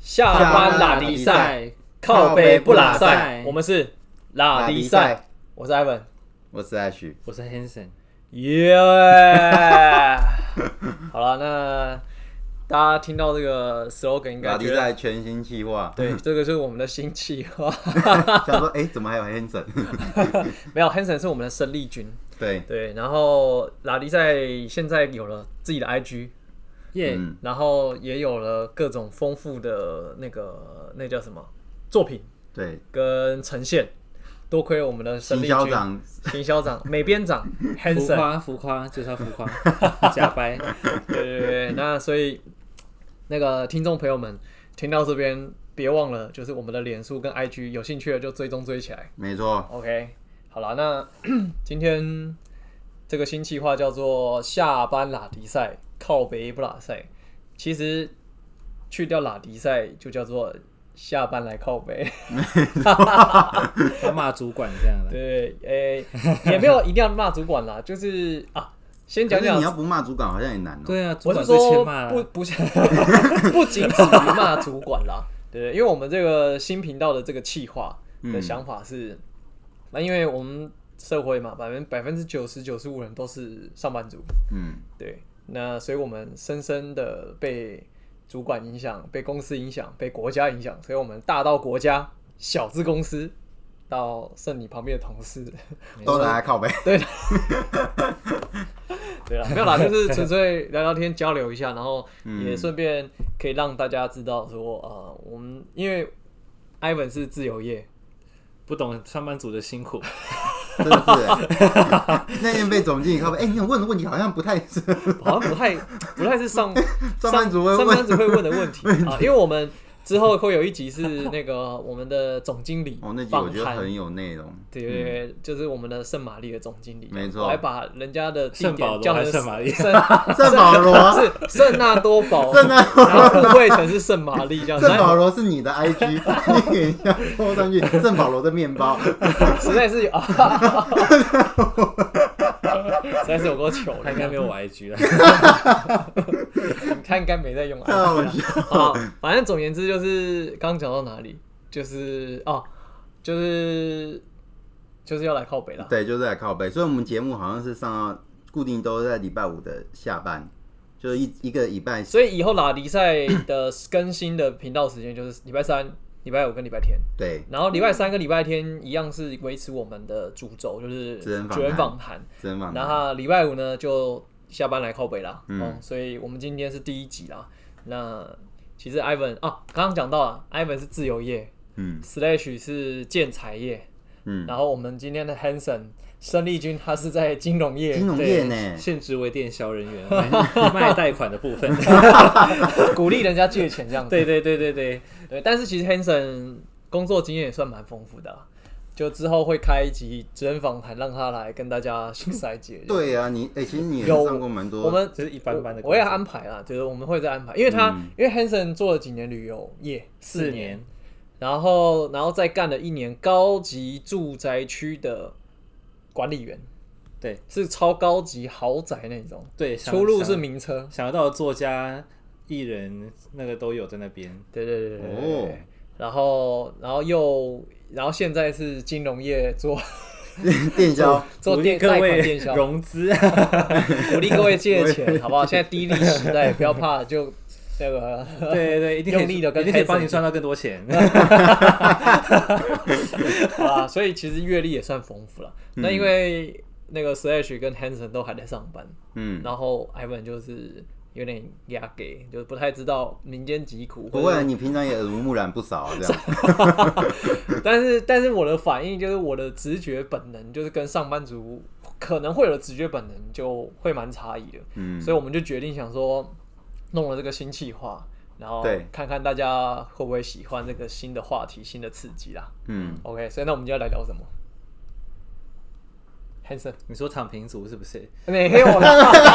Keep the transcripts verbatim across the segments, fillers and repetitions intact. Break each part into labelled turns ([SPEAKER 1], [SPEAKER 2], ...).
[SPEAKER 1] 下班拉迪赛，靠北不拉赛。我们是拉迪赛，我是 Ivan，
[SPEAKER 2] 我是 Ash，
[SPEAKER 3] 我是 Hanson。
[SPEAKER 1] 耶！好了，那大家听到这个 slogan 应该觉得
[SPEAKER 2] 拉迪赛全新企划，
[SPEAKER 1] 对，这个就是我们的新企划。
[SPEAKER 2] 想说，哎、欸，怎么还有 Hanson？
[SPEAKER 1] 没有 ，Hanson 是我们的生力军。
[SPEAKER 2] 对
[SPEAKER 1] 对，然后拉迪赛现在有了自己的 I G。
[SPEAKER 3] 耶、
[SPEAKER 2] 嗯，
[SPEAKER 1] 然后也有了各种丰富的那个那叫什么作品，
[SPEAKER 2] 对，
[SPEAKER 1] 跟呈现。多亏我们的生力军
[SPEAKER 2] 行销长、
[SPEAKER 1] 行销长、美编长
[SPEAKER 3] 浮
[SPEAKER 1] Hanson，
[SPEAKER 3] 夸浮夸就是要浮夸，假掰。
[SPEAKER 1] 对对对，那所以那个听众朋友们听到这边，别忘了就是我们的脸书跟 I G， 有兴趣的就追踪追起来。
[SPEAKER 2] 没错。
[SPEAKER 1] OK， 好了，那今天这个新企划叫做下班拉迪赛。靠北不拉赛，其实去掉拉迪赛就叫做下班来靠北，
[SPEAKER 3] 要骂主管这样的。
[SPEAKER 1] 对，诶、欸，也没有一定要骂主管啦，就是啊，先讲讲。
[SPEAKER 2] 你要不骂主管好像也难哦、喔。
[SPEAKER 3] 对啊，主管
[SPEAKER 1] 我是说
[SPEAKER 3] 骂
[SPEAKER 1] 不不不仅止于骂主管啦，对对，因为我们这个新频道的这个企划的想法是，那、嗯、因为我们社会嘛，百分百分之九十九十五人都是上班族，嗯，对。那所以我们深深的被主管影响，被公司影响，被国家影响，所以我们大到国家，小至公司，到剩你旁边的同事，
[SPEAKER 2] 都拿来靠北。
[SPEAKER 1] 对，对啦，没有啦，就是纯粹聊聊天，交流一下，然后也顺便可以让大家知道说，呃，我们因为 Ivan 是自由业，
[SPEAKER 3] 不懂上班族的辛苦。
[SPEAKER 2] 真的是，那天被总经理靠北，哎、欸，你问的问题好像不太是，
[SPEAKER 1] 好像不太不太是上
[SPEAKER 2] 上班族会问
[SPEAKER 1] 上班族会问的问题啊，因为我们之后会有一集是那个我们的总经理
[SPEAKER 2] 哦，那集我觉得很有内容，
[SPEAKER 1] 对对对，嗯、就是我们的圣玛丽的总经理，
[SPEAKER 2] 没错，
[SPEAKER 1] 我还把人家的地
[SPEAKER 3] 圣
[SPEAKER 1] 点叫成
[SPEAKER 3] 圣玛丽，
[SPEAKER 1] 圣
[SPEAKER 2] 圣保罗
[SPEAKER 1] 是圣纳多堡，
[SPEAKER 2] 圣纳多，
[SPEAKER 1] 然后误会成是圣玛丽这样。
[SPEAKER 2] 圣保罗是你的 I G， 你给一下拖上去，圣保罗的面包，
[SPEAKER 1] 实在是有啊。实在是有够糗，
[SPEAKER 3] 他应该没有我 I G 了。
[SPEAKER 1] 他应该没在用 I G 了。好，反正总言之就是刚刚讲到哪里，就是哦，就是就是要来靠北了。
[SPEAKER 2] 对，就是来靠北。所以我们节目好像是上到固定都在礼拜五的下半，就是一一个礼拜。
[SPEAKER 1] 所以以后拉迪赛的更新的频道时间就是礼拜三。礼拜五跟礼拜天，
[SPEAKER 2] 对，
[SPEAKER 1] 然后礼拜三跟礼拜天一样是维持我们的主轴，就是职人访谈。职人访谈。然后礼拜五呢就下班来靠北啦，嗯、哦，所以我们今天是第一集啦。那其实 Ivan 啊，刚刚讲到了 ，Ivan 是自由业，嗯 ，Slash 是建材业，嗯，然后我们今天的 Hanson 生力军他是在金融业，
[SPEAKER 2] 金融业呢，
[SPEAKER 3] 现职为电销人员，卖贷款的部分，
[SPEAKER 1] 鼓励人家借钱这样子。
[SPEAKER 3] 对对对对对。
[SPEAKER 1] 对，但是其实 Hanson 工作经验也算蛮丰富的、啊，就之后会开一集职人访谈，让他来跟大家新塞解。
[SPEAKER 2] 对啊，你哎、欸，其实你也上过蛮多，
[SPEAKER 1] 我们
[SPEAKER 3] 就是一般般的
[SPEAKER 1] 我，我也安排啦，就是我们会再安排，因为他、嗯、因为 Hanson 做了几年旅游业，四年，然后然后再干了一年高级住宅区的管理员，
[SPEAKER 3] 对，
[SPEAKER 1] 是超高级豪宅那种，
[SPEAKER 3] 对，
[SPEAKER 1] 出入是名车，
[SPEAKER 3] 想得到的作家。艺人那个都有在那边，
[SPEAKER 1] 对对对对对、哦，然后然后又然后现在是金融业做
[SPEAKER 2] 电销，
[SPEAKER 1] 做电贷款电销
[SPEAKER 3] 融资，
[SPEAKER 1] 鼓勵各位借錢，好不好？現在低利時代，不要怕，就那個
[SPEAKER 3] 對對對，一定用力的跟，一定可以幫你賺到更多錢。
[SPEAKER 1] 好啦，所以其實閱歷也算豐富了。嗯、那因為那個 Slash 跟 Hanson 都還在上班，嗯，然後 Ivan 就是有點壓給，就是不太知道民間疾苦。
[SPEAKER 2] 不會，你平常也耳濡目染不少、啊，這樣。
[SPEAKER 1] 但是，但是我的反應就是我的直覺本能，就是跟上班族可能會有的直覺本能就會蠻差異的。嗯，所以我們就決定想說，弄了這個新企劃，然後看看大家會不會喜歡這個新的話題、新的刺激啦。嗯 ，OK， 所以那我們就要來聊什麼？ Hanson，
[SPEAKER 3] 你說躺平族是不是？
[SPEAKER 1] 沒有啦，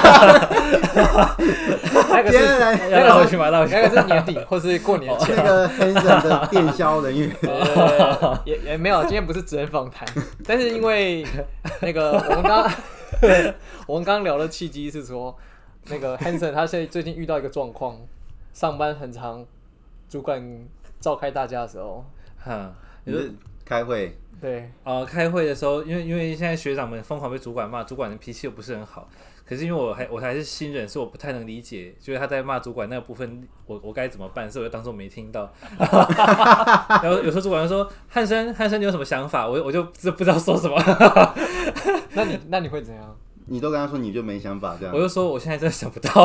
[SPEAKER 1] 那個是
[SPEAKER 3] 要繞回去嗎？繞回去，
[SPEAKER 1] 那個是年底或是過年前。
[SPEAKER 2] 那個 Hanson 的電銷人員，
[SPEAKER 1] 也也沒有，今天不是職人訪談，但是因為那個我們剛我們剛聊的契機是說，那個 Hanson 他現在最近遇到一個狀況，上班很常主管召开大家的时候，
[SPEAKER 3] 哈，
[SPEAKER 2] 你是开会，
[SPEAKER 1] 对，
[SPEAKER 3] 呃，开会的时候，因为因为现在学长们疯狂被主管骂，主管的脾气又不是很好。可是因为我还我还是新人，所以我不太能理解，就是他在骂主管那个部分，我我该怎么办？所以我就当做没听到。然后有时候主管就说：“汉生，汉生，你有什么想法？”我我就不知道说什么。
[SPEAKER 1] 那你那你会怎样？
[SPEAKER 2] 你都跟他说你就没想法这样，
[SPEAKER 3] 我就说我现在真的想不到。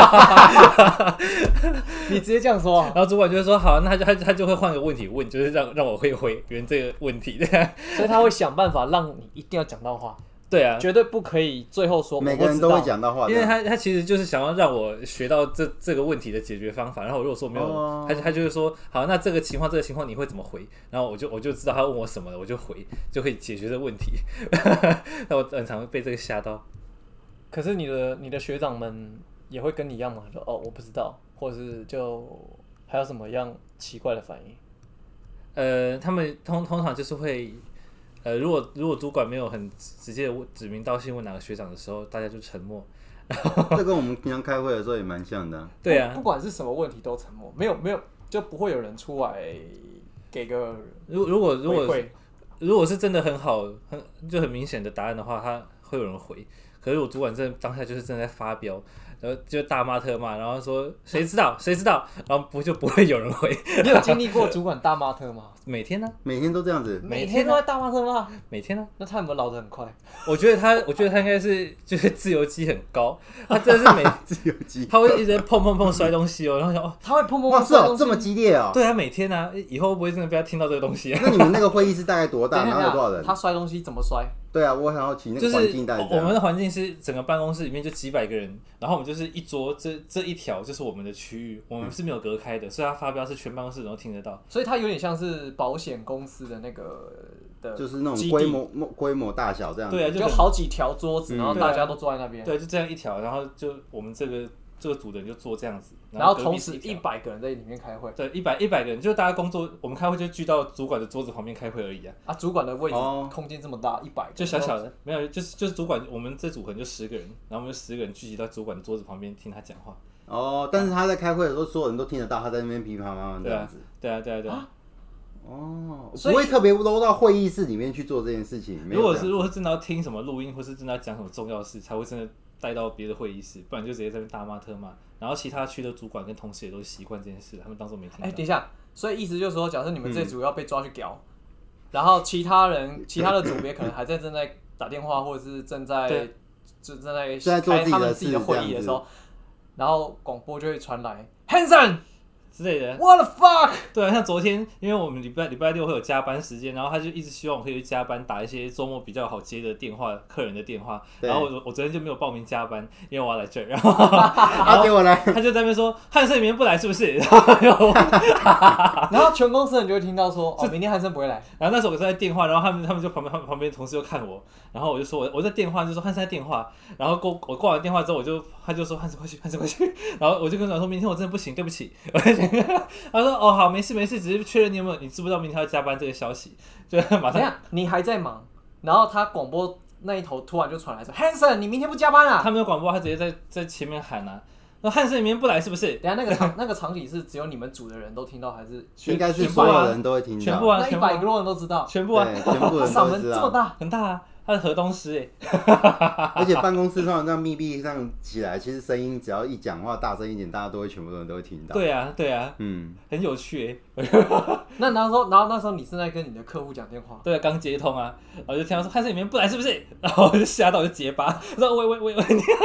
[SPEAKER 1] 你直接这样说、啊，
[SPEAKER 3] 然后主管就会说：“好，那他就他他就会换个问题问，就是让让我会回圆这个问题。”
[SPEAKER 1] 所以他会想办法让你一定要讲到话。
[SPEAKER 3] 对啊，
[SPEAKER 1] 绝对不可以最后说
[SPEAKER 2] 每个人都会讲到话，
[SPEAKER 3] 因为他他其实就是想要让我学到这这个问题的解决方法。然后我如果说没有，哦、他他就会说好，那这个情况这个情况你会怎么回？然后我就我就知道他问我什么了，我就回，就可以解决这个问题。那我很常被这个吓到。
[SPEAKER 1] 可是你的你的学长们也会跟你一样吗？说哦我不知道，或者是就还有什么样奇怪的反应？
[SPEAKER 3] 呃，他们通通常就是会。呃，如果如果主管没有很直接的指名道姓问哪个学长的时候，大家就沉默。
[SPEAKER 2] 这跟我们平常开会的时候也蛮像的、啊。
[SPEAKER 3] 对啊，
[SPEAKER 1] 不管是什么问题都沉默，没有没有就不会有人出来给个
[SPEAKER 3] 如如果如果如果是真的很好很就很明显的答案的话，他会有人回。可是我主管真的当下就是正在发飙，然后就大骂特骂，然后说谁知道谁知道，然后不就不会有人回。
[SPEAKER 1] 你有经历过主管大骂特骂？
[SPEAKER 3] 每天呢、啊？
[SPEAKER 2] 每天都这样子，
[SPEAKER 1] 每天都在大骂特骂。
[SPEAKER 3] 每天呢、
[SPEAKER 1] 啊？那他有没有老得很快？
[SPEAKER 3] 我觉得他，我觉得他应该是就是自由基很高，他真的是每
[SPEAKER 2] 自由基，
[SPEAKER 3] 他会一直碰碰碰摔东西哦，然后想哦，
[SPEAKER 1] 他会碰碰碰摔东西，
[SPEAKER 2] 这么激烈哦？
[SPEAKER 3] 对啊，每天啊，以后会不会真的被他听到这个东西、啊？
[SPEAKER 2] 那你们那个会议室大概多大？然后有多少人？
[SPEAKER 1] 他摔东西怎么摔？
[SPEAKER 2] 对啊，我很好奇那个环境大概
[SPEAKER 3] 就是我们的环境是整个办公室里面就几百个人，然后我们就是一桌，这这一条就是我们的区域，我们是没有隔开的，所以他发飙是全办公室人都听得到。
[SPEAKER 1] 所以他有点像是保险公司的那个的，
[SPEAKER 2] 就是那种规模规模大小这样子。
[SPEAKER 3] 对啊，
[SPEAKER 1] 就好几条桌子，然后大家都坐在那边。
[SPEAKER 3] 对，就这样一条，然后就我们这个这个组的人就坐这样子，
[SPEAKER 1] 然后同时一百个人在里面开会。
[SPEAKER 3] 对，一百一百个人，就是大家工作，我们开会就聚到主管的桌子旁边开会而已啊。
[SPEAKER 1] 啊，主管的位置空间这么大，一百
[SPEAKER 3] 就小小的，没有，就是就是主管，我们这组可能就十个人，然后我们就十个人聚集到主管的桌子旁边听他讲话。
[SPEAKER 2] 哦，但是他在开会的时候，所有人都听得到他在那边噼噼啪啪这样子。
[SPEAKER 3] 对啊，对啊，对啊。
[SPEAKER 2] 哦，不会特别搂到会议室里面去做这件事情。
[SPEAKER 3] 如果是如果是真的要听什么录音，或是真的要讲什么重要事，才会真的带到别的会议室，不然就直接在那边大骂特骂。然后其他区的主管跟同事也都习惯这件事，他们当作没听到。
[SPEAKER 1] 哎、欸，等一下，所以意思就是说，假设你们这组要被抓去屌、嗯，然后其他人其他的组别可能还在正在打电话，或者是正在正正在开他们自己的会议的时候，然后广播就会传来 Hanson
[SPEAKER 3] 之类的
[SPEAKER 1] ，What the fuck？
[SPEAKER 3] 对啊，像昨天，因为我们礼拜礼拜六会有加班时间，然后他就一直希望我可以去加班，打一些周末比较好接的电话，客人的电话。然后我我昨天就没有报名加班，因为我要来这儿。然后
[SPEAKER 2] 他给我来，
[SPEAKER 3] 他就在那边说汉森明天不来是不是？
[SPEAKER 1] 然后全公司人就会听到说，哦，明天汉森不会来。
[SPEAKER 3] 然后那时候我在电话，然后他们他们就旁边他们旁边同事就看我，然后我就说我我在电话就说汉森在电话，然后过我挂完电话之后我就他就说汉森快去汉森快去，然后我就跟他说明天我真的不行，对不起。他说：“哦，好，没事没事，只是确认你有没有，你知不知道明天要加班这个消息？”就马上，
[SPEAKER 1] 你还在忙，然后他广播那一头突然就传来说 ：“Hanson， 你明天不加班啊？”
[SPEAKER 3] 他没有广播，他直接在在前面喊啊。那汉森你明天不来是不是？
[SPEAKER 1] 等一下那个场那个场景是只有你们组的人都听到，还是
[SPEAKER 2] 应该是所有人都会听到？
[SPEAKER 3] 全部啊，
[SPEAKER 1] 那一百个人都知道，
[SPEAKER 3] 全部啊，
[SPEAKER 2] 全部人都知道。
[SPEAKER 1] 嗓门这么大，
[SPEAKER 3] 很大啊。他是河东狮哎，
[SPEAKER 2] 而且办公室通常这样密闭上起来，其实声音只要一讲话大声一点，大家都会全部人都会听到。
[SPEAKER 3] 对啊，对啊，
[SPEAKER 2] 嗯，
[SPEAKER 3] 很有趣哎。
[SPEAKER 1] 那然后然后那时候你正在跟你的客户讲电话，
[SPEAKER 3] 对啊，刚接通啊，然后就听到说汉森里面不来是不是？然后我就吓到我就结巴，我说喂喂喂喂，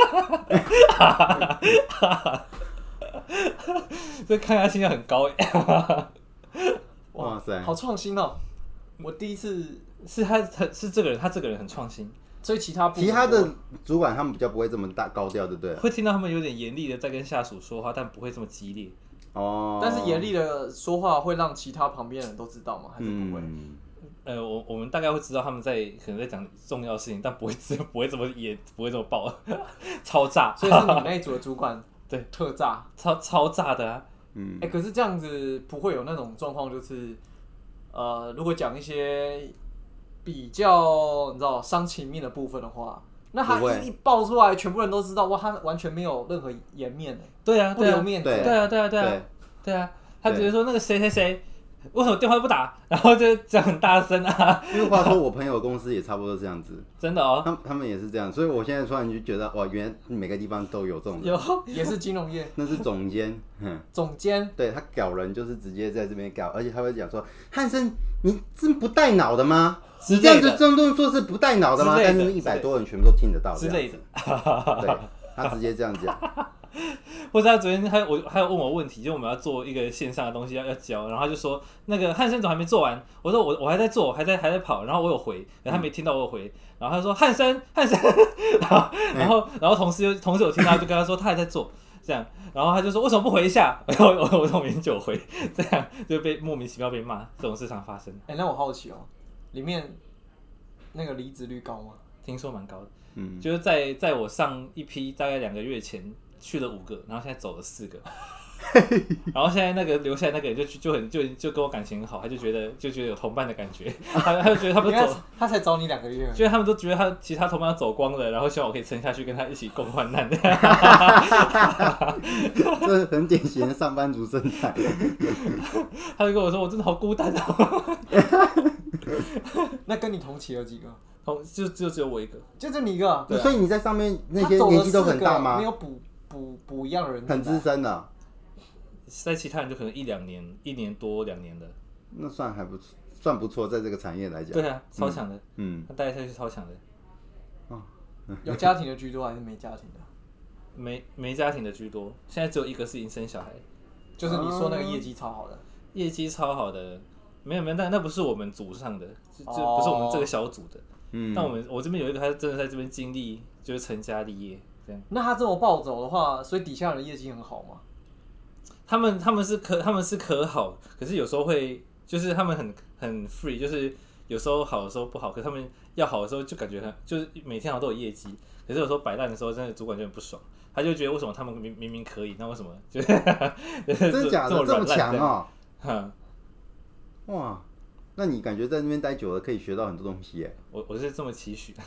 [SPEAKER 3] 这看他心跳很高哎。
[SPEAKER 2] 哇塞，
[SPEAKER 1] 好创新哦！我第一次
[SPEAKER 3] 是他是这个人，他这个人很创新，
[SPEAKER 1] 所以其他
[SPEAKER 2] 其他的主管他们比较不会这么大高调，对不对？
[SPEAKER 3] 会听到他们有点严厉的在跟下属说话，但不会这么激烈。
[SPEAKER 2] 哦，
[SPEAKER 1] 但是严厉的说话会让其他旁边的人都知道吗？还是不会？
[SPEAKER 2] 嗯、
[SPEAKER 3] 呃，我我们大概会知道他们在可能在讲重要的事情，但不会不会这么野，不会这么爆，超炸。
[SPEAKER 1] 所以是你那一组的主管
[SPEAKER 3] 对
[SPEAKER 1] 特炸，
[SPEAKER 3] 超超炸的啊！
[SPEAKER 2] 嗯，
[SPEAKER 1] 哎、欸，可是这样子不会有那种状况，就是呃，如果讲一些比较你知道伤情面的部分的话，那他一一爆出来，全部人都知道，哇，他完全没有任何颜面哎。
[SPEAKER 3] 对啊，
[SPEAKER 1] 不留面子。
[SPEAKER 3] 对啊，对啊，对啊，对啊。 他直接说那个谁谁谁。为什么电话不打？然后就讲很大声啊！
[SPEAKER 2] 因为话说，我朋友公司也差不多这样子，
[SPEAKER 3] 真的哦，
[SPEAKER 2] 他他们也是这样，所以我现在突然就觉得，哇，原来每个地方都有这种人，
[SPEAKER 3] 有
[SPEAKER 1] 也是金融业，
[SPEAKER 2] 那是总监，嗯，
[SPEAKER 1] 总监，
[SPEAKER 2] 对他搞人就是直接在这边搞，而且他会讲说，汉森，你是不带脑的吗？你这样子这种动作是不带脑的吗？但是一百多人全部都听得到
[SPEAKER 3] 之类的，
[SPEAKER 2] 对，他直接这样讲。
[SPEAKER 3] 或者他昨天还我还有问我问题，就我们要做一个线上的东西要要教，然后他就说那个汉森总还没做完，我说我我还在做，还在还在跑，然后我有回，然后他没听到我有回，然后他说汉森汉森，然后然后然后同事又同事有听到，就跟他说他还在做，这样，然后他就说为什么不回一下？然后我我我明明就回，这样就被莫名其妙被骂，这种事常发生。
[SPEAKER 1] 哎、欸，那我好奇哦，里面那个离职率高吗？
[SPEAKER 3] 听说蛮高的，
[SPEAKER 2] 嗯，
[SPEAKER 3] 就是在在我上一批大概两个月前。去了五个，然后现在走了四个，然后现在那个留下来那个人就就很就就跟我感情很好，他就觉得就觉得有同伴的感觉，他他就觉得他们走，
[SPEAKER 1] 他才找你两个月，
[SPEAKER 3] 就是他们都觉得他其他同伴要走光了，然后希望我可以撑下去，跟他一起共患难的，
[SPEAKER 2] 这很典型的上班族生态。
[SPEAKER 3] 他就跟我说我真的好孤单哦。
[SPEAKER 1] 那跟你同期有几个？
[SPEAKER 3] 同就就只有我一个，
[SPEAKER 1] 就就你一个、啊，
[SPEAKER 2] 所以你在上面那些年纪都很大吗？
[SPEAKER 1] 没有补补补一样的人，
[SPEAKER 2] 很资深的、啊。
[SPEAKER 3] 在其他人就可能一两年、一年多两年的，
[SPEAKER 2] 那算还不算不错，在这个产业来讲。
[SPEAKER 3] 对啊，超强的，
[SPEAKER 2] 嗯，
[SPEAKER 3] 他带下去超强的。
[SPEAKER 2] 哦，
[SPEAKER 1] 有家庭的居多还是没家庭的？
[SPEAKER 3] 没没家庭的居多，现在只有一个是已经生小孩，
[SPEAKER 1] 就是你说那个业绩超好的，
[SPEAKER 3] 业绩超好的，没有没有，那那不是我们组上的，就不是我们这个小组的。嗯，但我们我这边有一个，他真的在这边经历，就是成家立业这样。
[SPEAKER 1] 那他这么暴走的话，所以底下人的业绩很好吗？
[SPEAKER 3] 他们他们是可他们是可好，可是有时候会就是他们很很 free， 就是有时候好的时候不好，可是他们要好的时候就感觉很就是每天好像都有业绩，可是有时候摆烂的时候，真的主管就很不爽，他就觉得为什么他们明明明可以，那为什么就
[SPEAKER 2] 真假的这么强哦？
[SPEAKER 3] 嗯，
[SPEAKER 2] 哇！那你感觉在那边待久了，可以学到很多东西耶。
[SPEAKER 3] 我我是这么期许的。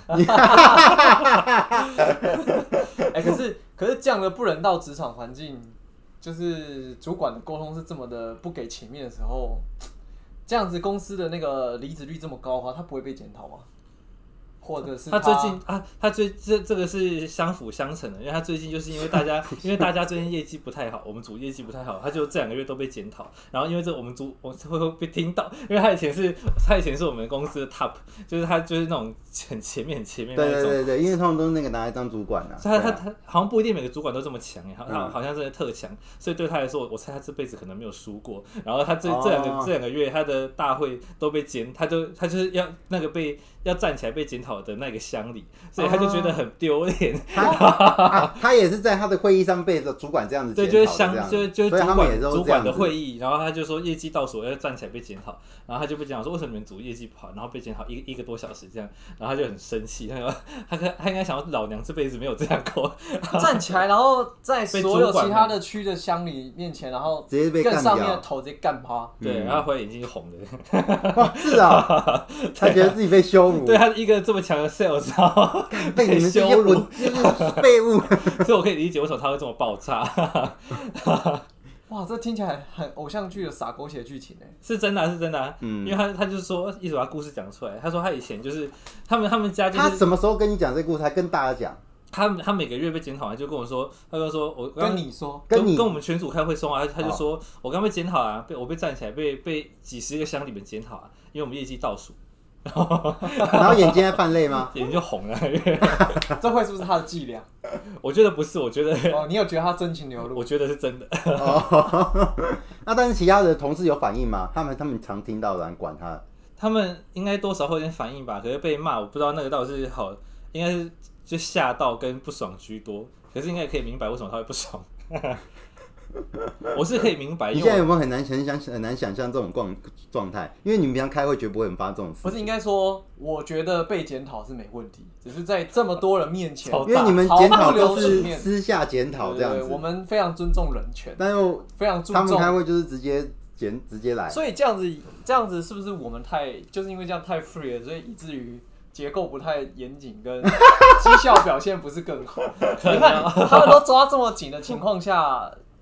[SPEAKER 1] 哎，可是可是这样的不人道职场环境，就是主管的沟通是这么的不给情面的时候，这样子公司的那个离职率这么高的话，他不会被检讨吗？或者是
[SPEAKER 3] 他, 他最近啊，他最这这个是相辅相成的，因为他最近就是因为大家因为大家最近业绩不太好，我们组业绩不太好，他就这两个月都被检讨。然后因为这我们组我会会被听到，因为他以前是他以前是我们公司的 top， 就是他就是那种很前面很前面那种。
[SPEAKER 2] 对对对对，因为他们都是那个拿来当主管的、啊。
[SPEAKER 3] 他他他好像不一定每个主管都这么强哎，好好像真的特强，所以对他来说，我猜他这辈子可能没有输过。然后他这这两个、哦、这两个月他的大会都被检，他就他就是要那个被要站起来被检讨的那个乡里。所以他就觉得很丢脸、哦
[SPEAKER 2] 啊。他也是在他的会议上被主管这样子检讨，
[SPEAKER 3] 对，就是相，就就是主管主管的会
[SPEAKER 2] 议，
[SPEAKER 3] 然后他就说业绩倒数要站起来被检讨，然后他就被讲说为什么你们组业绩不好，然后被检讨一一个多小时这样，然后他就很生气，他说他他应该想要老娘这辈子没有这样过，
[SPEAKER 1] 站起来，然后在所有其他的区的乡里面前，然后
[SPEAKER 2] 直接被
[SPEAKER 1] 更上面的头直接干趴，
[SPEAKER 3] 对，然后回来眼睛就红的，
[SPEAKER 2] 哇，是啊，他觉得自己被羞辱，
[SPEAKER 3] 对他一个这么强的 sales， 然后
[SPEAKER 2] 被你们羞辱，就是废物，
[SPEAKER 3] 所以我可以理解为什么他会这么爆炸。
[SPEAKER 1] 哇，这听起来很偶像剧的撒狗血剧情哎，
[SPEAKER 3] 是真的、啊，是真的、啊，嗯，因为他他就是说，一直把故事讲出来。他说他以前就是他们他们家就是
[SPEAKER 2] 他什么时候跟你讲这个故事，还跟大家讲？
[SPEAKER 3] 他他每个月被检讨完就跟我说，他就说我
[SPEAKER 1] 跟你说，
[SPEAKER 3] 跟跟我们全组开会说啊，他就说、哦、我刚被检讨啊，被我被站起来被被几十个乡里面检讨啊，因为我们业绩倒数。
[SPEAKER 2] 然后眼睛在泛泪吗？
[SPEAKER 3] 眼睛就红了。
[SPEAKER 1] 这会是不是他的伎俩？
[SPEAKER 3] 我觉得不是，我觉得
[SPEAKER 1] 哦，你有觉得他真情流露？
[SPEAKER 3] 我觉得是真的。
[SPEAKER 2] 哦，那但是其他的同事有反应吗？他们他们常听到的人管他，
[SPEAKER 3] 他们应该多少会有点反应吧？可是被骂，我不知道那个到底是好，应该是就吓到跟不爽居多。可是应该也可以明白为什么他会不爽。我是可以明白，
[SPEAKER 2] 你现在有没有很难很想很难想象这种状状态？因为你们平常开会绝不会很发这种事。
[SPEAKER 1] 不是应该说，我觉得被检讨是没问题，只是在这么多人面前，
[SPEAKER 2] 因为你们检讨都是私下检讨这样子，
[SPEAKER 1] 对对对，我们非常尊重人权，
[SPEAKER 2] 但又
[SPEAKER 1] 非常注重。
[SPEAKER 2] 他们开会就是直接检直接来，
[SPEAKER 1] 所以这样子这样子是不是我们太就是因为这样太 free 了，所以以至于结构不太严谨，跟绩效表现不是更好？你看他们都抓这么紧的情况下。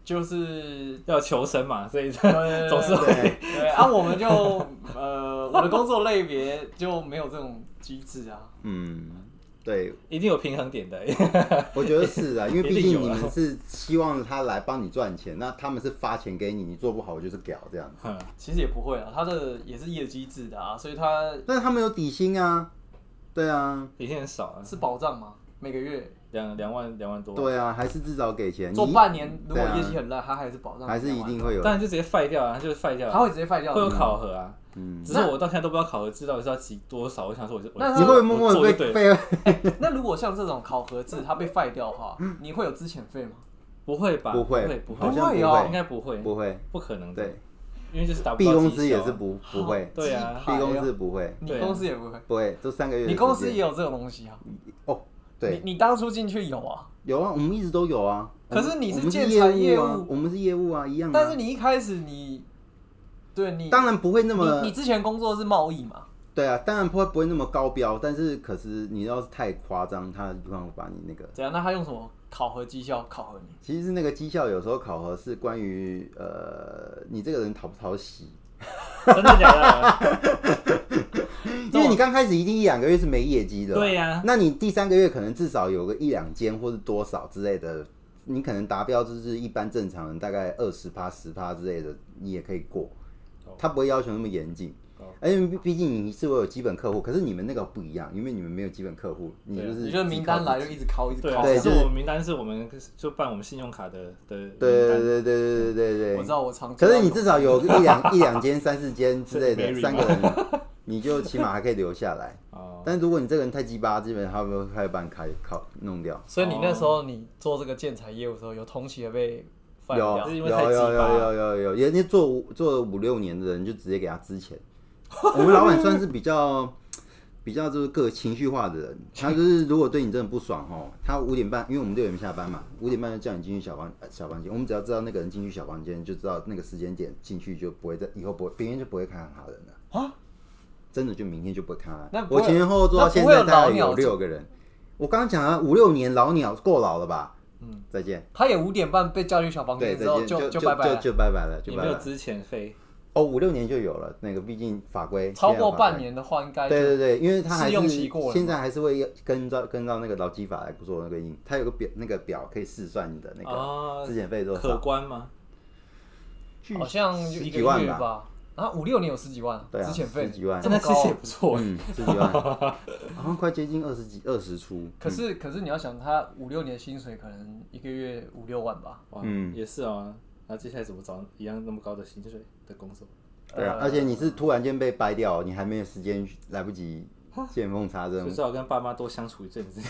[SPEAKER 1] 就是
[SPEAKER 3] 要求生嘛，所以
[SPEAKER 1] 对对
[SPEAKER 3] 总是会
[SPEAKER 1] 对对啊，我们就呃，我的工作类别就没有这种机制啊。
[SPEAKER 2] 嗯，对，
[SPEAKER 3] 一定有平衡点的。
[SPEAKER 2] 我觉得是啊，因为毕竟你
[SPEAKER 3] 一定有啊
[SPEAKER 2] 们是希望他来帮你赚钱，那他们是发钱给你，你做不好我就是屌这样子。
[SPEAKER 1] 其实也不会啊，他的也是业绩制的啊，所以他
[SPEAKER 2] 但是他们有底薪啊，对啊，
[SPEAKER 3] 底薪很少啊，
[SPEAKER 1] 是保障嘛，每个月
[SPEAKER 3] 两两万两万多。
[SPEAKER 2] 对啊，还是至少给钱。
[SPEAKER 1] 做
[SPEAKER 2] 你
[SPEAKER 1] 半年，如果
[SPEAKER 2] 对啊
[SPEAKER 1] 业绩很烂，他还是保障，
[SPEAKER 2] 还是一定会有。
[SPEAKER 3] 当然就直接废掉啊，他就是废掉啊，
[SPEAKER 1] 他会直接废掉的，
[SPEAKER 3] 会有考核啊。
[SPEAKER 2] 嗯，
[SPEAKER 3] 只是我到现在都不知道考核制到底是要几多少，我想说我就我
[SPEAKER 1] 那
[SPEAKER 2] 你会默默的被
[SPEAKER 3] 我做就对
[SPEAKER 2] 被
[SPEAKER 1] 那如果像这种考核制，它被废掉的话，你会有资遣费吗？
[SPEAKER 3] 不会吧？
[SPEAKER 2] 不会
[SPEAKER 3] 不会，不会，
[SPEAKER 2] 好像不
[SPEAKER 1] 不会哦
[SPEAKER 2] 会，
[SPEAKER 3] 应该不会，
[SPEAKER 2] 不会，
[SPEAKER 3] 不可能的。
[SPEAKER 2] 对，
[SPEAKER 3] 因为就是达不
[SPEAKER 2] B
[SPEAKER 3] 到
[SPEAKER 2] 公
[SPEAKER 3] 绩效啊
[SPEAKER 2] 司也是不不会
[SPEAKER 3] 对啊
[SPEAKER 2] ，B 公司不会，
[SPEAKER 1] 你
[SPEAKER 3] 对啊
[SPEAKER 1] 公司也不会，
[SPEAKER 2] 不会，这三个月的时间。
[SPEAKER 1] 你公司也有这种东西啊？
[SPEAKER 2] 哦，对，
[SPEAKER 1] 你你当初进去有啊？
[SPEAKER 2] 有啊，我们一直都有啊。
[SPEAKER 1] 可是你是
[SPEAKER 2] 我们
[SPEAKER 1] 建材业务
[SPEAKER 2] 啊，我们是业务啊，一样的啊。
[SPEAKER 1] 但是你一开始你，对你
[SPEAKER 2] 当然不会那么
[SPEAKER 1] 你你之前工作是贸易嘛？
[SPEAKER 2] 对啊，当然不会不会那么高标，但是可是你要是太夸张，他就会把你那个。
[SPEAKER 1] 怎样？那他用什么考核绩效考核你？
[SPEAKER 2] 其实那个绩效有时候考核是关于呃你这个人讨不讨喜，
[SPEAKER 3] 真的假的？
[SPEAKER 2] 因为你刚开始一定一两个月是没业绩的，
[SPEAKER 3] 对呀
[SPEAKER 2] 那你第三个月可能至少有个一两间或是多少之类的，你可能达标就是一般正常人大概二十趴、十趴之类的，你也可以过，他不会要求那么严谨。而且毕竟你是会有基本客户，可是你们那个不一样，因为你们没有基本客户，你就是
[SPEAKER 1] 你就名单来就一直敲一直敲。
[SPEAKER 3] 对啊，
[SPEAKER 2] 对就是
[SPEAKER 3] 只是我们名单是我们就办我们信用卡的的名单。
[SPEAKER 2] 对对对对对对对。
[SPEAKER 1] 我知道我常。
[SPEAKER 2] 可是你至少有一两一两间、三四间之类的，
[SPEAKER 3] 是
[SPEAKER 2] 三个人，你就起码还可以留下来。
[SPEAKER 3] 哦。
[SPEAKER 2] 但如果你这个人太鸡巴，基本上他会他会把你开考弄掉。
[SPEAKER 1] 所以你那时候你做这个建材业务的时候，有同期的被
[SPEAKER 2] 有有
[SPEAKER 3] 是因为太鸡巴
[SPEAKER 2] 有有有有有，人家做五做了五六年的人就直接给他支钱。我们老板算是比较比较就是个情绪化的人，他就是如果对你真的不爽哦，他五点半，因为我们六点下班嘛，五点半就叫你进去小房小房间，我们只要知道那个人进去小房间，就知道那个时间点进去就不会再以后不会，明天就不会看到他人了啊，真的就明天就不会看到他。
[SPEAKER 1] 那不会
[SPEAKER 2] 我前前后后做到现在大概有六个人，我刚刚讲了五六年老鸟够老了吧？嗯，再见。
[SPEAKER 1] 他也五点半被叫去小房间之后就
[SPEAKER 2] 就
[SPEAKER 1] 拜拜了，
[SPEAKER 2] 就就拜拜了，就拜拜了。
[SPEAKER 3] 也没有资遣费。
[SPEAKER 2] 哦，五六年就有了，那个毕竟法规
[SPEAKER 1] 超过半年的话，应该
[SPEAKER 2] 对对对，因为他还是现在还是会跟照跟照那个劳基法来做那个印，他有个表那个表可以试算你的那个资遣费多少，
[SPEAKER 3] 可观吗？
[SPEAKER 1] 好像
[SPEAKER 2] 十几万
[SPEAKER 1] 吧，然后五六年有十几万，
[SPEAKER 2] 对啊，
[SPEAKER 1] 资遣费
[SPEAKER 2] 十几万，
[SPEAKER 3] 真的其实也不错，
[SPEAKER 2] 嗯，十几万，好像快接近二十几二十出。
[SPEAKER 1] 可是可是你要想，他五六年薪水可能一个月五六万吧，
[SPEAKER 3] 嗯，也是啊。那接下来怎么找一样那么高的薪水的工作？
[SPEAKER 2] 对啊，而且你是突然间被掰掉，你还没有时间来不及见缝插针，
[SPEAKER 3] 至少跟爸妈多相处一阵子，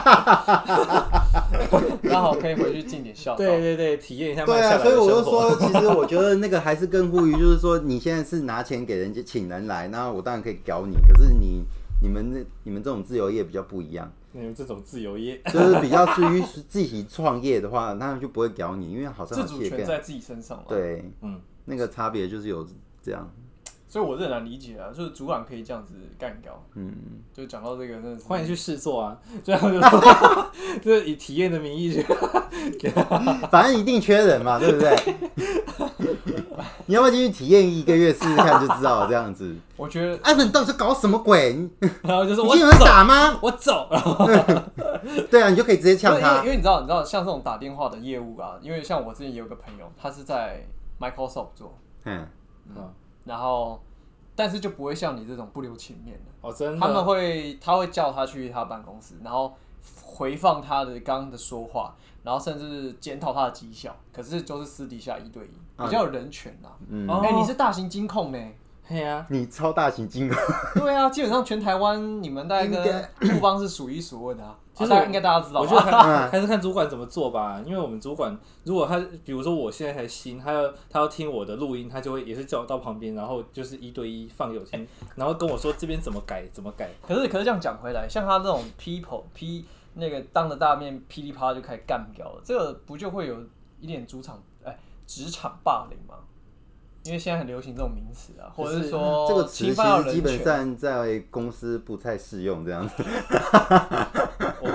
[SPEAKER 1] 刚好可以回去尽点孝道。
[SPEAKER 3] 对对对，体验一下。
[SPEAKER 2] 对啊，所以我就说，其实我觉得那个还是更呼吁，就是说你现在是拿钱给人家请人来，那我当然可以搞你，可是你你们那你们这种自由业比较不一样。
[SPEAKER 3] 你们这种自由业，
[SPEAKER 2] 就是比较至于自己创业的话，他们就不会搞你，因为好像
[SPEAKER 1] 自主权在自己身上嘛。
[SPEAKER 2] 对，
[SPEAKER 3] 嗯，
[SPEAKER 2] 那个差别就是有这样。
[SPEAKER 1] 所以我很难理解啊，就是主管可以这样子干掉。
[SPEAKER 2] 嗯，
[SPEAKER 1] 就讲到这个，真的是
[SPEAKER 3] 欢迎去试做啊！这样就说，就是以体验的名义去，
[SPEAKER 2] 反正一定缺人嘛，对不对？你要不要进去体验一个月试试看就知道了，这样子。
[SPEAKER 1] 我觉得，
[SPEAKER 2] 哎，你到底是搞什么鬼？
[SPEAKER 3] 然后就是我
[SPEAKER 2] 你今天会打吗？
[SPEAKER 3] 我走。
[SPEAKER 2] 对啊，你就可以直接呛他。
[SPEAKER 1] 因为你知道，你知道像这种打电话的业务啊，因为像我之前也有个朋友，他是在 Microsoft 做，
[SPEAKER 2] 嗯，
[SPEAKER 1] 嗯，然后但是就不会像你这种不留情面的。
[SPEAKER 3] 哦，真的。
[SPEAKER 1] 他们会，他会叫他去他办公室，然后回放他的刚刚的说话，然后甚至检讨他的绩效，可是就是私底下一对一，比较有人权啦。嗯，哎、欸，你是大型金控呢？
[SPEAKER 3] 嘿啊，
[SPEAKER 2] 你超大型金控。
[SPEAKER 1] 对啊，基本上全台湾你们大概跟富邦是数一数二的啊。其实应该大家知道，
[SPEAKER 3] 我觉得还还是看主管怎么做吧。因为我们主管如果他，比如说我现在还新，他要他要听我的录音，他就会也是叫我到旁边，然后就是一对一放给我听，然后跟我说这边怎么改怎么改。
[SPEAKER 1] 可是可是这样讲回来，像他这种 people 批那个当着大面噼里啪啦就开始干掉了，这个不就会有一点主场哎职场霸凌吗？因为现在很流行这种名词啊，或者是说
[SPEAKER 2] 这个词其实基本上在公司不太适用这样子。
[SPEAKER 3] 我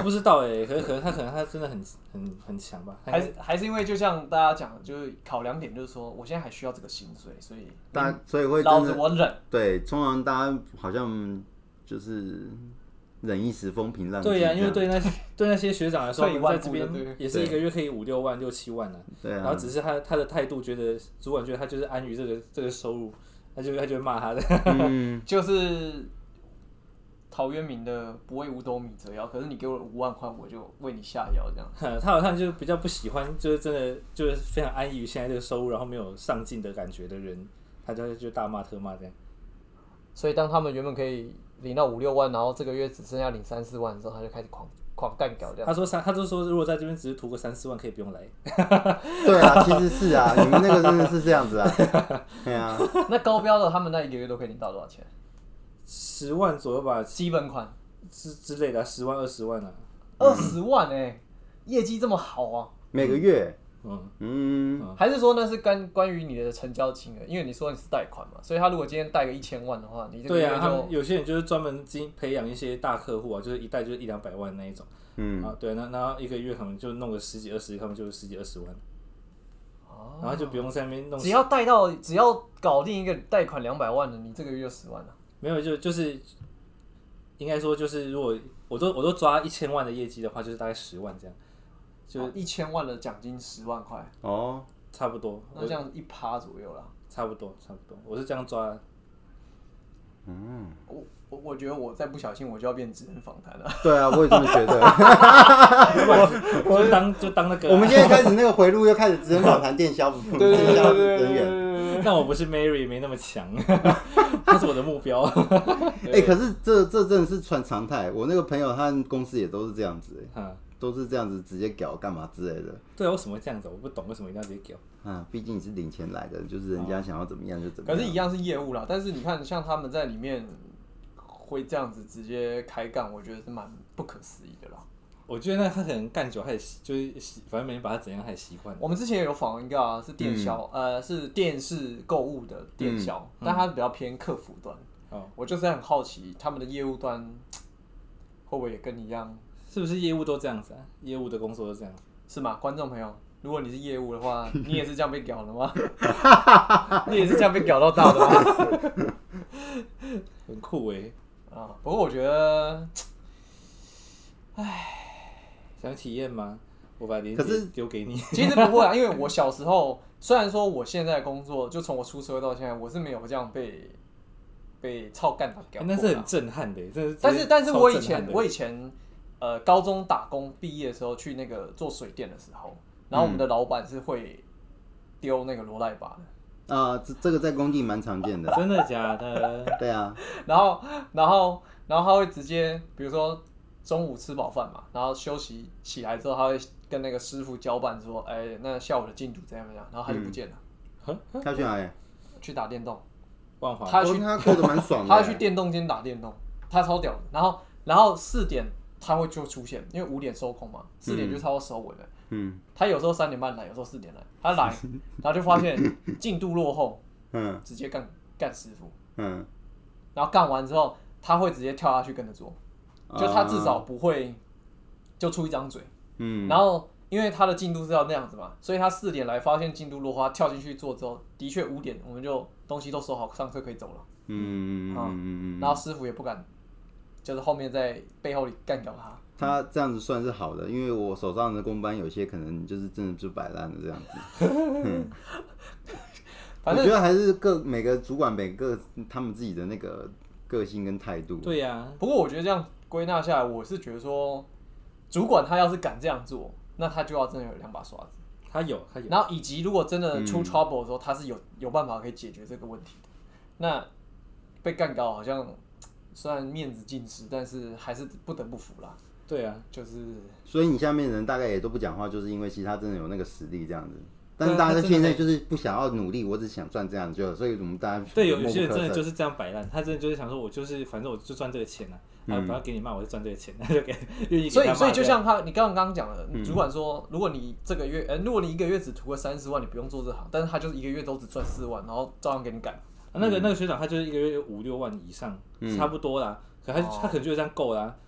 [SPEAKER 3] 不知道哎、欸，可是可能他可能他真的很很很强吧？
[SPEAKER 1] 还是还是因为就像大家讲的，就是考量点就是说，我现在还需要这个薪水，所以
[SPEAKER 2] 大所以会
[SPEAKER 1] 老
[SPEAKER 2] 真的
[SPEAKER 1] 子我忍。
[SPEAKER 2] 对，通常大家好像就是忍一时风平浪静。
[SPEAKER 3] 对呀、啊，因为
[SPEAKER 2] 对
[SPEAKER 3] 对那些对那些学长来说，
[SPEAKER 1] 退一万
[SPEAKER 3] 在这
[SPEAKER 1] 步就对
[SPEAKER 3] 边也是一个月可以五六万、六七万呢、
[SPEAKER 2] 对啊，
[SPEAKER 3] 然后只是他他的态度，觉得主管觉得他就是安于这个这个收入，他就他就会骂他的。
[SPEAKER 2] 嗯，
[SPEAKER 1] 就是陶渊明的“不为五斗米折腰”，可是你给我五万块，我就为你下腰这样。
[SPEAKER 3] 他好像就比较不喜欢，就是真的就是非常安逸于现在这个收入，然后没有上进的感觉的人，他就就大骂特骂这样。
[SPEAKER 1] 所以当他们原本可以领到五六万，然后这个月只剩下领三四万的时候，他就开始狂狂干掉这样。
[SPEAKER 3] 他说三，他就说如果在这边只是图个三四万，可以不用来。
[SPEAKER 2] 对啊，其实是啊，你们那个真的是这样子啊。对啊，
[SPEAKER 1] 那高标的他们那一个月都可以领到多少钱？
[SPEAKER 3] 十万左右吧，
[SPEAKER 1] 基本款
[SPEAKER 3] 之之类的、啊，十万二十万啊。
[SPEAKER 1] 二十万哎、欸，业绩这么好啊！
[SPEAKER 2] 每个月，
[SPEAKER 3] 嗯
[SPEAKER 2] 嗯，
[SPEAKER 1] 还是说那是关关于你的成交金额？因为你说你是贷款嘛，所以他如果今天贷个一千万的话，你这个
[SPEAKER 3] 对啊，他
[SPEAKER 1] 月就
[SPEAKER 3] 们有些人就是专门经培养一些大客户啊，就是一贷就是一两百万那一种。
[SPEAKER 2] 嗯
[SPEAKER 3] 啊，对，那那一个月可能就弄个十几二十，他们就是十几二十万。
[SPEAKER 1] 哦
[SPEAKER 3] 然后就不用在那边弄。
[SPEAKER 1] 只要贷到，只要搞定一个贷款两百万的，你这个月就十万了。
[SPEAKER 3] 没有，就就是应该说就是如果我都我都抓一千万的业绩的话，就是大概十万这样，就
[SPEAKER 1] 一千万的奖金十万块，
[SPEAKER 2] 哦，
[SPEAKER 3] 差不多。
[SPEAKER 1] 那这样一趴左右啦。
[SPEAKER 3] 差不多，差不多，我是这样抓的。
[SPEAKER 2] 嗯，
[SPEAKER 1] 我我我觉得我再不小心我就要变职人访谈了。
[SPEAKER 2] 对啊，我也这么觉得。
[SPEAKER 3] 我我就当就当那个啊、
[SPEAKER 2] 我们现在开始那个回路又开始职人访谈电销
[SPEAKER 1] 对对
[SPEAKER 2] 电销
[SPEAKER 1] 对对
[SPEAKER 2] 人员。
[SPEAKER 1] 对。
[SPEAKER 3] 但我不是 Mary， 没那么强，那是我的目标。
[SPEAKER 2] 哎、欸，可是这这真的是传常态。我那个朋友他们公司也都是这样子、欸，
[SPEAKER 3] 嗯，
[SPEAKER 2] 都是这样子直接屌干嘛之类的。
[SPEAKER 3] 对啊，为什么会这样子？我不懂为什么一定要直接屌。
[SPEAKER 2] 啊，毕竟你是领钱来的，就是人家想要怎么样就怎么样。
[SPEAKER 1] 可是，一样是业务啦。但是你看，像他们在里面会这样子直接开干，我觉得是蛮不可思议的啦。
[SPEAKER 3] 我觉得那他可能干久，他也就是反正没人把他怎样，他也习惯。
[SPEAKER 1] 我们之前也有访一个啊，是电销，嗯、呃，是电视购物的电销，嗯、但他比较偏客服端。哦、我就是很好奇，他们的业务端会不会也跟你一样？
[SPEAKER 3] 是不是业务都这样子啊？业务的工作都这样子，
[SPEAKER 1] 是吗？观众朋友，如果你是业务的话，你也是这样被屌的吗？你也是这样被屌到大的吗？
[SPEAKER 3] 很酷哎、
[SPEAKER 1] 欸！啊，不过我觉得，唉。
[SPEAKER 3] 想体验吗？我把链接丢给你。
[SPEAKER 1] 其实不会啊，因为我小时候虽然说我现在工作，就从我出社会到现在，我是没有这样被被操干打掉、欸。
[SPEAKER 3] 那是很震撼的，真的。
[SPEAKER 1] 但是但是我以前我以前呃高中打工毕业的时候去那个做水电的时候，然后我们的老板是会丢那个罗赖把的。
[SPEAKER 2] 啊、呃，这这个在工地蛮常见的。
[SPEAKER 3] 真的假的？
[SPEAKER 2] 对啊。
[SPEAKER 1] 然后然后然后他会直接，比如说。中午吃饱饭嘛，然后休息起来之后，他会跟那个师傅交办说：“哎、欸，那下午的进度怎样怎样？”然后他就不见了。
[SPEAKER 2] 嗯、他去哪里？
[SPEAKER 1] 去打电动。
[SPEAKER 3] 万华。
[SPEAKER 2] 他去、哦、他过得蛮爽的。
[SPEAKER 1] 他去电动间打电动，他超屌的。然后然后四点他会就出现，因为五点收工嘛，四点就差不多收尾了。嗯。他有时候三点半来，有时候四点来。他来，然后就发现进度落后，嗯，直接干干师傅，嗯，然后干完之后，他会直接跳下去跟着做。就他至少不会就出一张嘴，嗯，然后因为他的进度是要那样子嘛，所以他四点来发现进度落后，他跳进去做之后，的确五点我们就东西都收好，上车可以走了，嗯嗯嗯，然后师傅也不敢，就是后面在背后里干掉他。
[SPEAKER 2] 他这样子算是好的，因为我手上的工班有些可能就是真的就摆烂了这样子。嗯、反正我觉得还是各每个主管每个他们自己的那个个性跟态度。
[SPEAKER 3] 对呀、啊，
[SPEAKER 1] 不过我觉得这样。归纳下来，我是觉得说，主管他要是敢这样做，那他就要真的有两把刷子。
[SPEAKER 3] 他有，他有。
[SPEAKER 1] 然后以及如果真的出 trouble 的时候，嗯、他是有有办法可以解决这个问题的。那被干掉好像虽然面子尽失，但是还是不得不服啦。
[SPEAKER 3] 对啊，
[SPEAKER 1] 就是。
[SPEAKER 2] 所以你下面人大概也都不讲话，就是因为其实他真的有那个实力这样子。但是大家现在就是不想要努力，我只想赚这样就，所以我们大家
[SPEAKER 3] 对有有些人真的就是这样摆烂，他真的就是想说，我就是反正我就赚这个钱啊，然后不要给你骂，我就赚这个钱，他就给愿意给他骂。
[SPEAKER 1] 所以所以就像他，你刚刚刚讲的，主管说，如果你这个月，呃，如果你一个月只图个三十万，你不用做这行，但是他就是一个月都只赚四万，然后照样给你干。
[SPEAKER 3] 啊、那个那个学长他就是一个月五六万以上，嗯、差不多啦，可他、哦、他可能觉得这样够啦。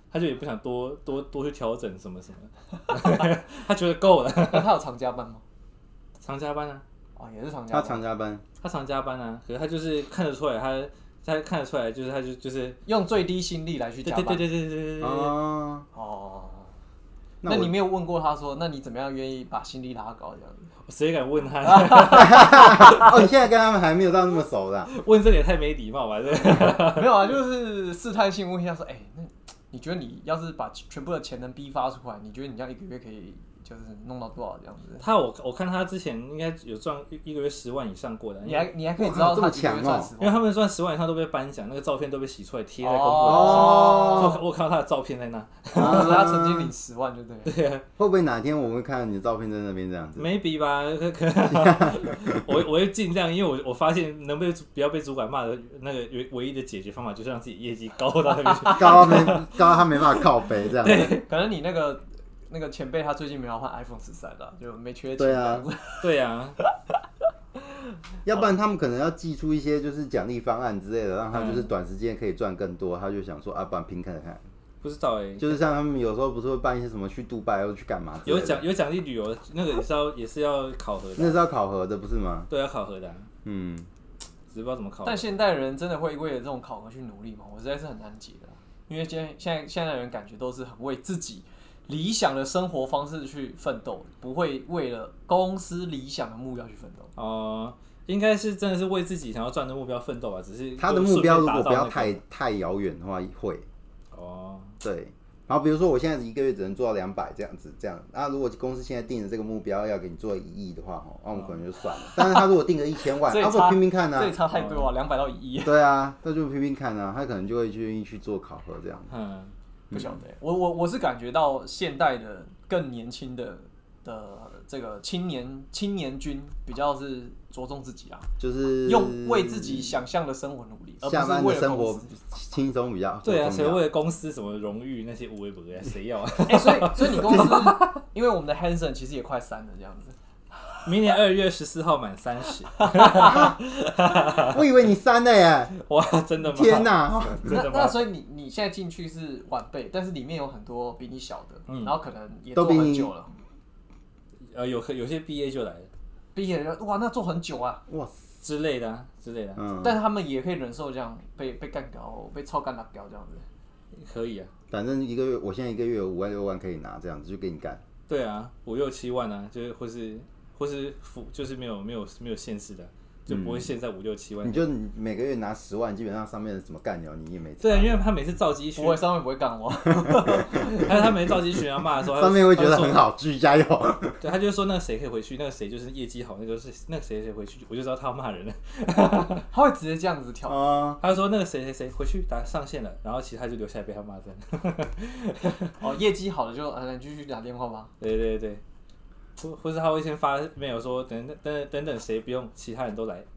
[SPEAKER 3] 他就也不想多多多去调整什么什么，他觉得够了。
[SPEAKER 1] 那他有常加班吗？
[SPEAKER 3] 常加班啊，
[SPEAKER 1] 哦，也是常加
[SPEAKER 2] 他
[SPEAKER 1] 班。
[SPEAKER 2] 常加班，
[SPEAKER 3] 他常加班啊，可是他就是看得出来他。他看得出来，就是他就就是
[SPEAKER 1] 用最低心力来去加班。
[SPEAKER 3] 对对对对对对对。
[SPEAKER 2] 哦
[SPEAKER 1] 哦，
[SPEAKER 2] 那
[SPEAKER 1] 那你没有问过他说，那你怎么样愿意把心力拉高这样子？
[SPEAKER 3] 谁敢问他？
[SPEAKER 2] 哦，你现在跟他们还没有到那么熟的、啊。
[SPEAKER 3] 问这个也太没礼貌吧？这
[SPEAKER 1] 没有啊，就是试探性问一下说，哎、欸，那你觉得你要是把全部的潜能逼发出来，你觉得你这样一个月可以就是弄到多少这样子？
[SPEAKER 3] 他我我看他之前应该有赚一个月十万以上过的，
[SPEAKER 1] 你还你还可以知道他几个月赚十万，
[SPEAKER 3] 因为他们赚十万以上都被颁奖，那个照片都被洗出来贴在公布栏上。
[SPEAKER 2] 哦，
[SPEAKER 3] 我看到他的照片在那，
[SPEAKER 1] 哦，他曾经领十万就对了。
[SPEAKER 3] 对啊，
[SPEAKER 2] 会不会哪天我们会看到你的照片在那边这样子？
[SPEAKER 3] 没比吧？可可，我我会尽量，因为我我发现能被不要被主管骂的那个唯唯一的解决方法，就是让自己业绩高到那边去，
[SPEAKER 2] 高到没高到他没办法靠背这样。
[SPEAKER 1] 对，可能你那个。那个前辈他最近没有换 iPhone 十三了，就没缺钱。
[SPEAKER 2] 对啊，
[SPEAKER 3] 对啊，
[SPEAKER 2] 要不然他们可能要寄出一些就是奖励方案之类的，让他就是短时间可以赚更多。他就想说啊，不然拼看看。
[SPEAKER 3] 不知道哎、欸，
[SPEAKER 2] 就是像他们有时候不是会办一些什么去杜拜又去干嘛？
[SPEAKER 3] 有奖有奖励旅游，那个也是要也是要考核的、啊。
[SPEAKER 2] 那是要考核的不是吗？
[SPEAKER 3] 对，要考核的、啊。
[SPEAKER 2] 嗯，
[SPEAKER 3] 只是不知道怎么考核。
[SPEAKER 1] 但现代人真的会为了这种考核去努力吗？我实在是很难解的，因为现在现在现在人感觉都是很为自己理想的生活方式去奋斗，不会为了公司理想的目标去奋斗。
[SPEAKER 3] 哦、呃，应该是真的是为自己想要赚的目标奋斗吧，只是
[SPEAKER 2] 他的目标如果不要
[SPEAKER 3] 那個、
[SPEAKER 2] 太太遥远的话，会。
[SPEAKER 3] 哦，
[SPEAKER 2] 对。然后比如说我现在一个月只能做到两百这样子，这样。那如果公司现在定的这个目标要给你做一亿的话，那我们可能就算了。但是他如果定个一千万，啊，不拼拼看啊，
[SPEAKER 1] 这差太多啊，两百到一亿。
[SPEAKER 2] 对啊，那就拼拼看啊，他可能就会愿意去做考核这样。
[SPEAKER 3] 嗯。
[SPEAKER 1] 不晓得、欸，我我我是感觉到现代的更年轻的的这个青年青年军比较是着重自己啊，
[SPEAKER 2] 就是
[SPEAKER 1] 用为自己想象的生活努力，而不
[SPEAKER 2] 下班
[SPEAKER 1] 是为了
[SPEAKER 2] 的生活
[SPEAKER 1] 公司
[SPEAKER 2] 轻松比较。
[SPEAKER 3] 对啊，谁为了公司什么荣誉那些无微不微，谁要啊？
[SPEAKER 1] 哎、欸，所以所以你公司，因为我们的 Hanson 其实也快三了这样子。
[SPEAKER 3] 明年二月十四号满三十，
[SPEAKER 2] 我以为你三了耶！
[SPEAKER 3] 哇，真的吗？
[SPEAKER 2] 天哪！
[SPEAKER 1] 那那所以你你现在进去是晚辈，但是里面有很多比你小的，嗯、然后可能也做很久了。
[SPEAKER 3] 呃，有有些毕业就来了，
[SPEAKER 1] 毕业哇，那做很久啊，
[SPEAKER 2] 哇
[SPEAKER 3] 之类的、啊、之类的、啊。
[SPEAKER 2] 嗯，
[SPEAKER 1] 但是他们也可以忍受这样被被干掉、被操干打掉这样子。
[SPEAKER 3] 可以啊，
[SPEAKER 2] 反正一个月，我现在一个月有五万六万可以拿，这样子就给你干。
[SPEAKER 3] 对啊，五六七万啊，就是或是。或是就是没有没有没有限制的，就不会限在五六七万。
[SPEAKER 2] 你就每个月拿十万，基本上上面的什么干掉你也没差。
[SPEAKER 3] 对啊，因为他每次召集群，
[SPEAKER 1] 不会上面不会干我。
[SPEAKER 3] 但是他每次召集群要骂的时候，
[SPEAKER 2] 上面会觉得很好，继续加油。
[SPEAKER 3] 对，他就说那个谁可以回去，那个谁就是业绩好，那个是那个谁谁回去，我就知道他要骂人了。
[SPEAKER 1] 他会直接这样子跳。
[SPEAKER 2] 哦、
[SPEAKER 3] 他就说那个谁谁谁回去打上线了，然后其他就留下来被他骂这样。
[SPEAKER 1] 哦，业绩好的就啊，你继续打电话吧。
[SPEAKER 3] 对对对。或或是他会先发 mail 说等等等等等谁不用，其他人都来。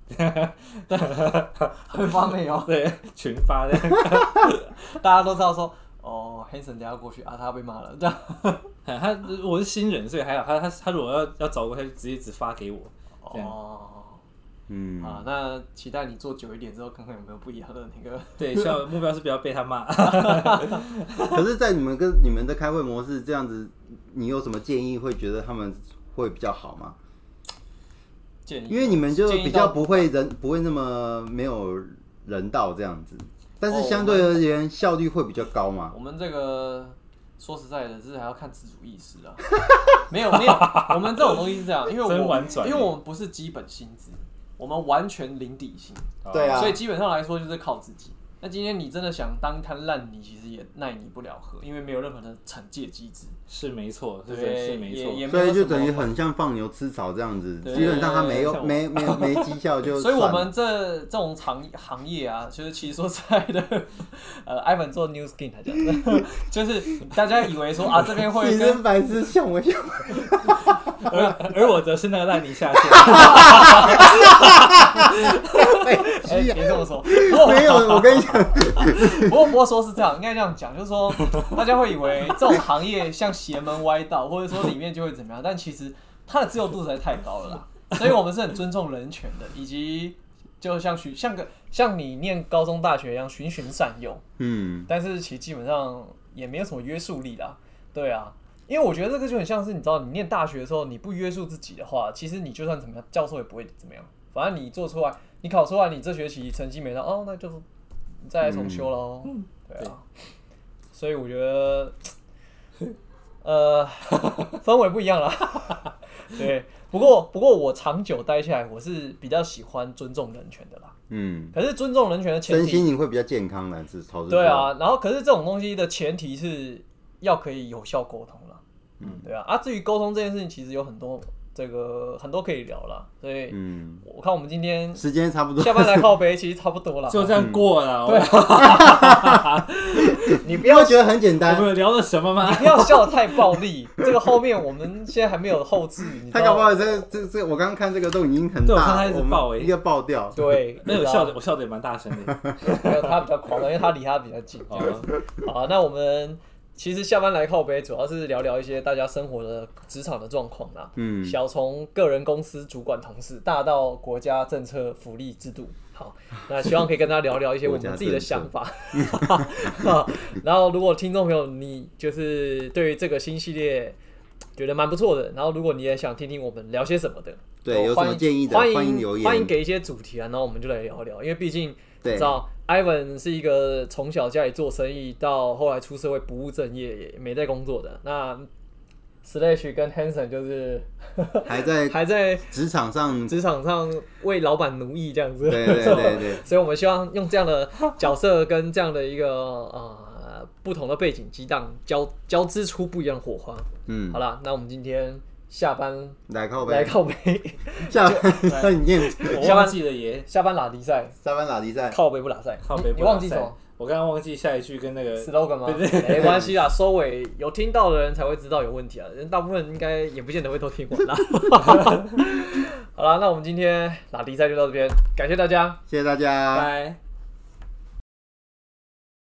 [SPEAKER 1] 会发 mail
[SPEAKER 3] 对，群发的，
[SPEAKER 1] 大家都知道说哦 ，Hanson 等下过去啊，他要被骂了这样。
[SPEAKER 3] 他我是新人，所以还好。他他他如果要要找我，他就直接只发给我。这样
[SPEAKER 1] 哦，
[SPEAKER 2] 嗯
[SPEAKER 1] 啊，那期待你做久一点之后，看看有没有不一样的那个。
[SPEAKER 3] 对，希望目标是不要被他骂。
[SPEAKER 2] 可是，在你们跟你们的开会模式这样子，你有什么建议？会觉得他们会比较好吗？
[SPEAKER 1] 建议，
[SPEAKER 2] 因为你们就比较不会人不会那么没有人道这样子，但是相对而言、哦、效率会比较高嘛。
[SPEAKER 1] 我们这个说实在的，是还要看自主意识啊。没有没有，我们这种东西是这样，因为我因为我们不是基本薪资，我们完全零底薪。
[SPEAKER 2] 对啊，
[SPEAKER 1] 所以基本上来说就是靠自己。那今天你真的想当摊烂泥，其实也奈你不了何，因为没有任何的惩戒机制。
[SPEAKER 3] 是没错，是是没错。
[SPEAKER 2] 所以就等于很像放牛吃草这样子，基本上他没有没没没绩效就。
[SPEAKER 1] 所以我们这这种行行业啊，就是其实说实在的，呃，Ivan 做 New Skin 来讲，就是大家以为说啊这边会跟
[SPEAKER 2] 白痴像我像
[SPEAKER 3] 而而我则是那个烂泥下线。
[SPEAKER 1] 哎，别这么说，
[SPEAKER 2] 没有，我跟你讲，
[SPEAKER 1] 不过不过说是这样，应该这样讲，就是说大家会以为这种行业像邪门歪道，或者说里面就会怎么样，但其实它的自由度实在太高了啦，所以我们是很尊重人权的，以及就像像个像你念高中大学一样循循善诱，嗯，但是其实基本上也没有什么约束力啦。对啊，因为我觉得这个就很像是你知道，你念大学的时候，你不约束自己的话，其实你就算怎么样，教授也不会怎么样。反正你做出来，你考出来，你这学期成绩没到，哦，那就是你再来重修喽。嗯，对啊。所以我觉得，呃，氛围不一样啦。对，不过不过我长久待下来，我是比较喜欢尊重人权的啦。嗯，可是尊重人权的前提，
[SPEAKER 2] 身心灵会比较健康的，是超
[SPEAKER 1] 对啊。然后可是这种东西的前提是要可以有效沟通啦。嗯，对啊。啊，至于沟通这件事情，其实有很多这个很多可以聊啦。所以，嗯，我看我们今天
[SPEAKER 2] 时间差不多，
[SPEAKER 1] 下班来靠北，其实差不多了，
[SPEAKER 3] 就这样过了。对、
[SPEAKER 1] 啊，你不要
[SPEAKER 2] 觉得很简单。
[SPEAKER 3] 我们聊了什么吗？
[SPEAKER 1] 你不要笑得太暴力。这个后面我们现在还没有后置，你
[SPEAKER 2] 太搞不好，这这这，我刚刚看这个都已经很大，
[SPEAKER 3] 对我看他一直爆诶，
[SPEAKER 2] 一个爆掉。
[SPEAKER 1] 对，
[SPEAKER 3] 那我笑的，我笑的也蛮大声的。
[SPEAKER 1] 没有，他比较狂的，因为他离他比较近。好，那我们。其实下班来靠北，主要是聊聊一些大家生活的职场的状况啦。嗯，小从个人、公司、主管、同事，大到国家政策、福利制度。好，那希望可以跟大家聊聊一些我们自己的想法。然后，如果听众朋友你就是对于这个新系列觉得蛮不错的，然后如果你也想听听我们聊些什么的，
[SPEAKER 2] 对，有什么建议的，欢迎留言，
[SPEAKER 1] 欢迎给一些主题啊，然后我们就来聊聊，因为毕竟。你知道 ，Ivan 是一个从小家里做生意，到后来出社会不务正业，也没在工作的。那 Slash 跟 Hanson 就是
[SPEAKER 2] 还在
[SPEAKER 1] 还在
[SPEAKER 2] 职场上
[SPEAKER 1] 职场上为老板奴役这样子。
[SPEAKER 2] 对对对对。
[SPEAKER 1] 所以我们希望用这样的角色跟这样的一个呃不同的背景激荡交交织出不一样的火花。嗯，好啦，那我们今天。下班
[SPEAKER 2] 来靠北，
[SPEAKER 1] 来靠北。
[SPEAKER 2] 下班你念，
[SPEAKER 3] 我忘记了耶。
[SPEAKER 1] 下班拉迪赛，
[SPEAKER 2] 下班拉迪赛，
[SPEAKER 1] 靠北不拉赛，
[SPEAKER 3] 靠北
[SPEAKER 1] 你忘记什么？
[SPEAKER 3] 我刚刚忘记下一句跟那个
[SPEAKER 1] slogan 吗？没关系啦，收尾有听到的人才会知道有问题啊，人大部分应该也不见得会都听完啦。好啦，那我们今天拉迪赛就到这边，感谢大家，
[SPEAKER 2] 谢谢大家，
[SPEAKER 3] 拜。